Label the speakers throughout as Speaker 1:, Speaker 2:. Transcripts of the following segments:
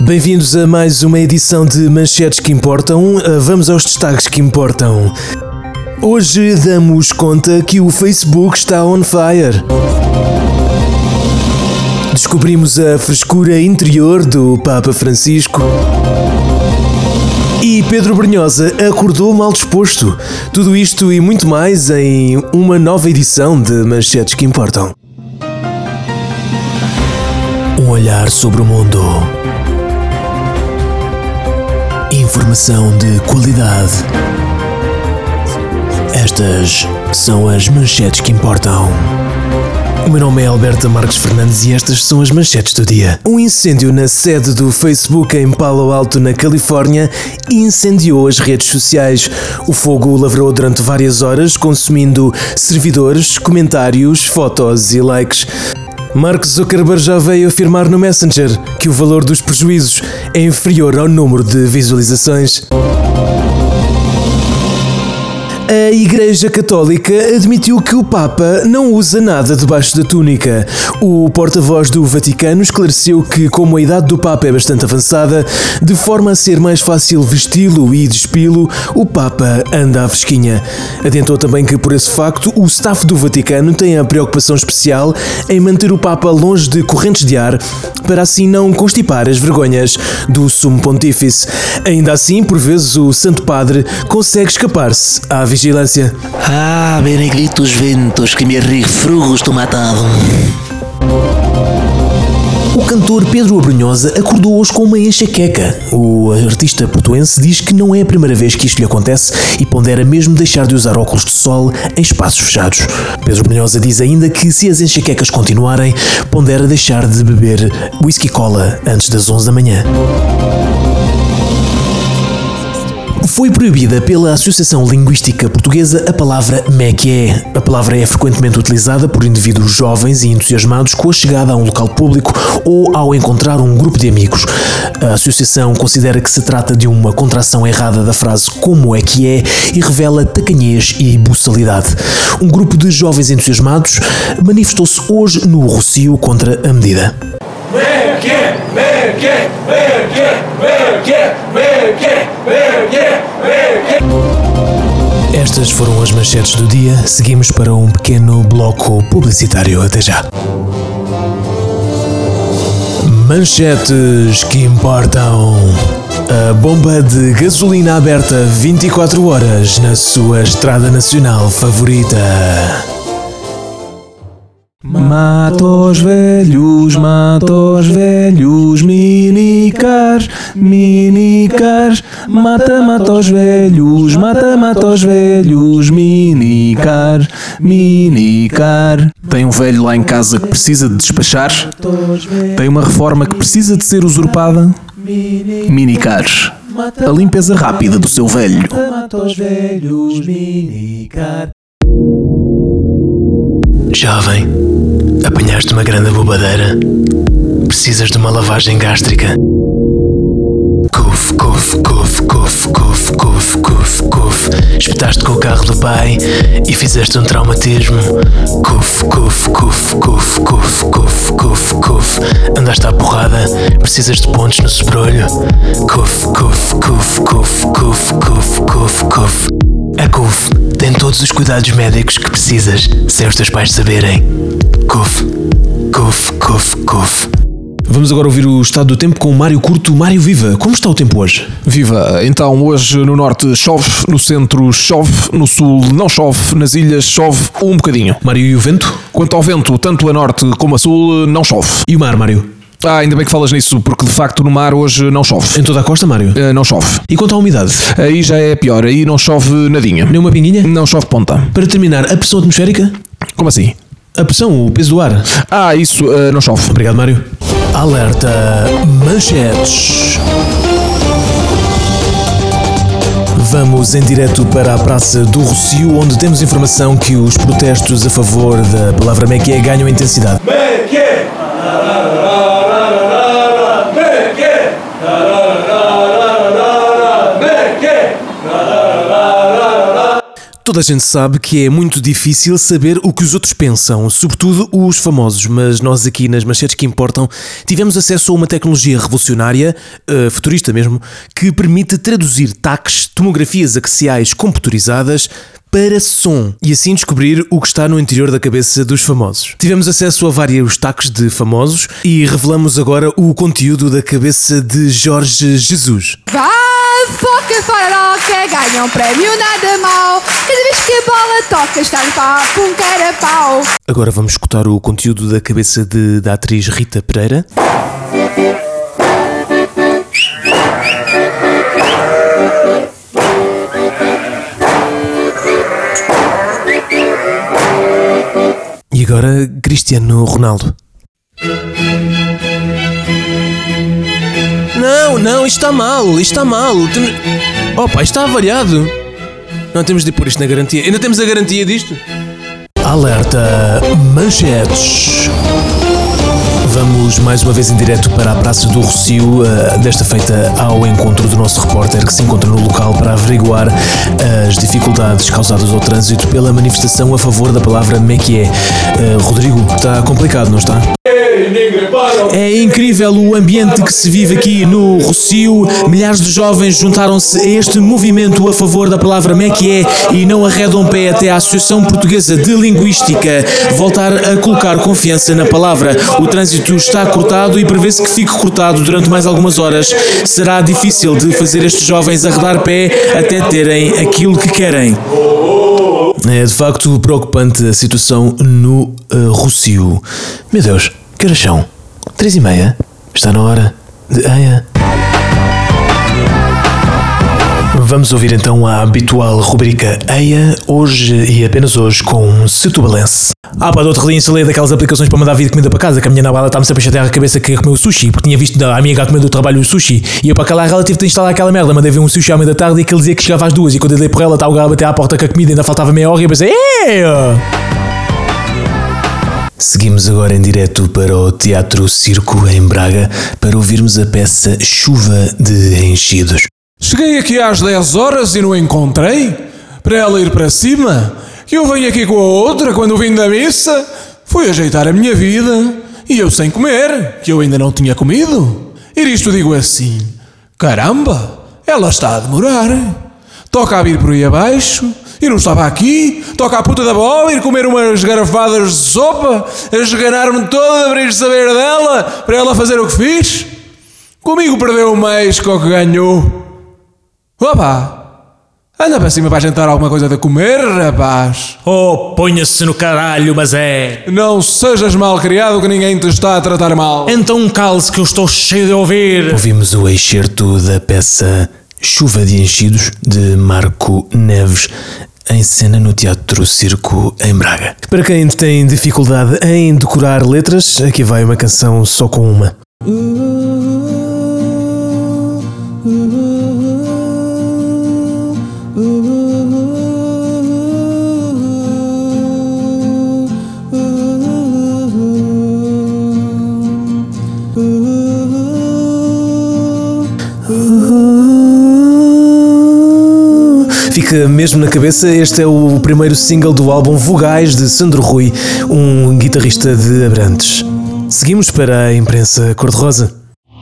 Speaker 1: Bem-vindos a mais uma edição de Manchetes que Importam. Vamos aos destaques que importam. Hoje damos conta que o Facebook está on fire. Descobrimos a frescura interior do Papa Francisco. E Pedro Brunhosa acordou mal disposto. Tudo isto e muito mais em uma nova edição de Manchetes que Importam. Um olhar sobre o mundo. Informação de qualidade. Estas são as manchetes que importam. O meu nome é Alberto Marques Fernandes e estas são as manchetes do dia. Um incêndio na sede do Facebook em Palo Alto, na Califórnia, incendiou as redes sociais. O fogo lavrou durante várias horas, consumindo servidores, comentários, fotos e likes. Mark Zuckerberg já veio afirmar no Messenger que o valor dos prejuízos é inferior ao número de visualizações. A Igreja Católica admitiu que o Papa não usa nada debaixo da túnica. O porta-voz do Vaticano esclareceu que, como a idade do Papa é bastante avançada, de forma a ser mais fácil vesti-lo e despí-lo, o Papa anda à fresquinha. Adiantou também que, por esse facto, o staff do Vaticano tem a preocupação especial em manter o Papa longe de correntes de ar, para assim não constipar as vergonhas do Sumo Pontífice. Ainda assim, por vezes, o Santo Padre consegue escapar-se à vigilância.
Speaker 2: Benedictus ventos que me refrugo estou matado.
Speaker 1: O cantor Pedro Brunhosa acordou hoje com uma enxaqueca. O artista portuense diz que não é a primeira vez que isto lhe acontece e pondera mesmo deixar de usar óculos de sol em espaços fechados. Pedro Brunhosa diz ainda que, se as enxaquecas continuarem, pondera deixar de beber whisky cola antes das 11 da manhã. Foi proibida pela Associação Linguística Portuguesa a palavra méquié. A palavra é frequentemente utilizada por indivíduos jovens e entusiasmados com a chegada a um local público ou ao encontrar um grupo de amigos. A associação considera que se trata de uma contração errada da frase como é que é e revela tacanhez e buçalidade. Um grupo de jovens entusiasmados manifestou-se hoje no Rossio contra a medida. Estas foram as manchetes do dia. Seguimos para um pequeno bloco publicitário. Até já. Manchetes que importam. A bomba de gasolina aberta 24 horas na sua estrada nacional favorita. Mata os velhos, minicars, mata os velhos, minicar.
Speaker 3: Tem um velho lá em casa que precisa de despachar, tem uma reforma que precisa de ser usurpada, minicars. A limpeza rápida do seu velho.
Speaker 1: Jovem, apanhaste uma grande bobadeira? Precisas de uma lavagem gástrica? Cuf, cuf, cuf, cuf, cuf, cuf, cuf, cuf. Espetaste com o carro do pai e fizeste um traumatismo? Cuf, cuf, cuf, cuf, cuf, cuf, cuf, cuf. Andaste à porrada? Precisas de pontos no sobrolho? Cuf, cuf, cuf, cuf, cuf, cuf, cuf, cuf. A CUF tem todos os cuidados médicos que precisas, sem os teus pais saberem. CUF, CUF, CUF, CUF. Vamos agora ouvir o estado do tempo com o Mário Curto. Mário, viva! Como está o tempo hoje?
Speaker 3: Viva! Então, hoje no norte chove, no centro chove, no sul não chove, nas ilhas chove um bocadinho.
Speaker 1: Mário, e o vento?
Speaker 3: Quanto ao vento, tanto a norte como a sul, não chove.
Speaker 1: E o mar, Mário?
Speaker 3: Ainda bem que falas nisso, porque de facto no mar hoje não chove.
Speaker 1: Em toda a costa, Mário?
Speaker 3: Não chove.
Speaker 1: E quanto à umidade?
Speaker 3: Aí já é pior, aí não chove nadinha.
Speaker 1: Nem uma pinguinha?
Speaker 3: Não chove ponta.
Speaker 1: Para terminar, a pressão atmosférica?
Speaker 3: Como assim?
Speaker 1: A pressão, o peso do ar.
Speaker 3: Isso não chove.
Speaker 1: Obrigado, Mário. Alerta Manchetes. Vamos em direto para a Praça do Rossio, onde temos informação que os protestos a favor da palavra méquié ganham intensidade. Méquié!
Speaker 4: Toda a gente sabe que é muito difícil saber o que os outros pensam, sobretudo os famosos, mas nós aqui nas Manchetes que Importam tivemos acesso a uma tecnologia revolucionária, futurista mesmo, que permite traduzir taques, tomografias axiais computadorizadas para som e assim descobrir o que está no interior da cabeça dos famosos. Tivemos acesso a vários taques de famosos e revelamos agora o conteúdo da cabeça de Jorge Jesus.
Speaker 5: Foca fora que ganha um prémio nada mal. Cada vez que a bola toca está no papo um carapau.
Speaker 4: Agora vamos escutar o conteúdo da cabeça da atriz Rita Pereira. E agora Cristiano Ronaldo. Não, isto está mal. Opa, isto está avariado. Não temos de pôr isto na garantia. Ainda temos a garantia disto? Alerta Manchetes. Vamos mais uma vez em direto para a Praça do Rossio, desta feita ao encontro do nosso repórter que se encontra no local para averiguar as dificuldades causadas ao trânsito pela manifestação a favor da palavra Mequié. Rodrigo, está complicado, não está? É incrível o ambiente que se vive aqui no Rossio. Milhares de jovens juntaram-se a este movimento a favor da palavra Mequié e não arredam pé até a Associação Portuguesa de Linguística voltar a colocar confiança na palavra. O trânsito está cortado e prevê-se que fique cortado durante mais algumas horas. Será difícil de fazer estes jovens arredar pé até terem aquilo que querem. É de facto preocupante a situação no Rossio. Meu Deus, que horas são? 3h30? Está na hora de Eia. Vamos ouvir então a habitual rubrica Eia, hoje e apenas hoje com Setubalense. Pá, do outro dia instalei daquelas aplicações para mandar vir comida para casa, que a minha namorada está-me sempre a chatear a cabeça que ia comer o sushi, porque tinha visto a amiga a comer do trabalho o sushi, e eu para calar ela tive de instalar aquela merda, mandei vir um sushi à meia da tarde e que ele dizia que chegava às 2, e quando eu dei por ela estava o gajo a bater à porta com a comida, ainda faltava meia hora e eu pensei, Seguimos agora em direto para o Teatro Circo em Braga para ouvirmos a peça Chuva de Enchidos.
Speaker 6: Cheguei aqui às 10 horas e não encontrei, para ela ir para cima, que eu venho aqui com a outra quando vim da missa, fui ajeitar a minha vida, e eu sem comer, que eu ainda não tinha comido. E isto digo assim, caramba, ela está a demorar, toca a vir por aí abaixo, e não estava aqui, toca a puta da bola ir comer umas garrafadas de sopa, a esganar-me toda para ir saber dela, para ela fazer o que fiz. Comigo perdeu mais que o que ganhou. Opa, anda para cima para jantar alguma coisa de comer, rapaz.
Speaker 4: Ponha-se no caralho, mas é.
Speaker 6: Não sejas mal criado que ninguém te está a tratar mal.
Speaker 4: Então cale-se que eu estou cheio de ouvir. Ouvimos o excerto da peça Chuva de Enchidos, de Marco Neves, em cena no Teatro Circo em Braga. Para quem tem dificuldade em decorar letras, aqui vai uma canção só com uma. Fica mesmo na cabeça, este é o primeiro single do álbum Vogais de Sandro Rui, um guitarrista de Abrantes. Seguimos para a imprensa cor-de-rosa.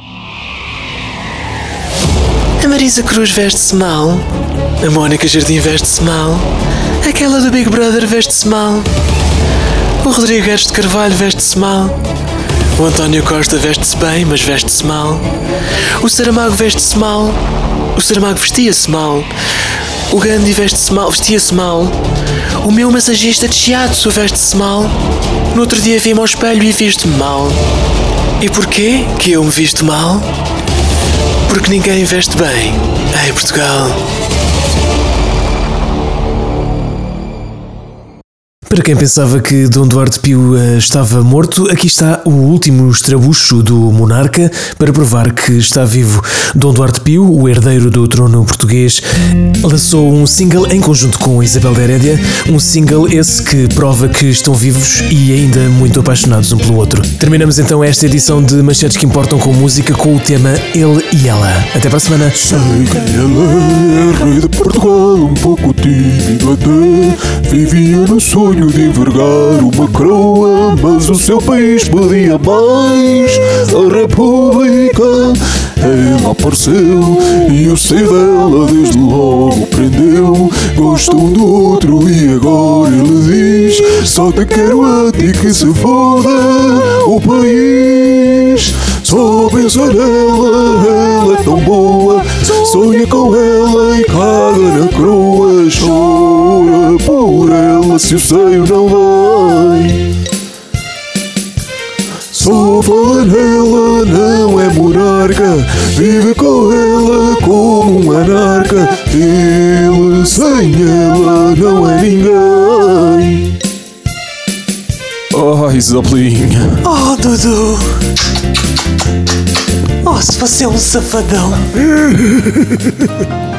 Speaker 1: A Marisa Cruz veste-se mal, a Mónica Jardim veste-se mal, aquela do Big Brother veste-se mal, o Rodrigo Guedes de Carvalho veste-se mal, o António Costa veste-se bem, mas veste-se mal, o Saramago veste-se mal, o Saramago vestia-se mal, o Gandhi veste-se mal, vestia-se mal, o meu massagista de shiatsu veste-se mal, no outro dia vi-me ao espelho e visto-me mal. E porquê que eu me visto mal? Porque ninguém veste bem em Portugal.
Speaker 4: Para quem pensava que Dom Duarte Pio estava morto, aqui está o último estrabucho do monarca para provar que está vivo. Dom Duarte Pio, o herdeiro do trono português, lançou um single em conjunto com Isabel de Herédia, um single esse que prova que estão vivos e ainda muito apaixonados um pelo outro. Terminamos então esta edição de Manchetes que Importam com música com o tema Ele e Ela. Até para a semana.
Speaker 6: Sei que ela é rei de Portugal, um pouco tímido até. Vivia no sonho de envergar uma coroa, mas o seu país pedia mais. A República, ela apareceu e o seio dela desde logo prendeu. Gosto um do outro e agora ele diz: só te quero a ti que se foda o país. Só pensa nela, ela é tão boa. Sonha com ela e caga na coroa. Chora por ela se o seio não vai. Só fala nela, não é monarca. Vive com ela como um anarca. Ele sem ela não é ninguém.
Speaker 3: Oh, Isolinha.
Speaker 7: Oh, Dudu. Oh, se você é um safadão.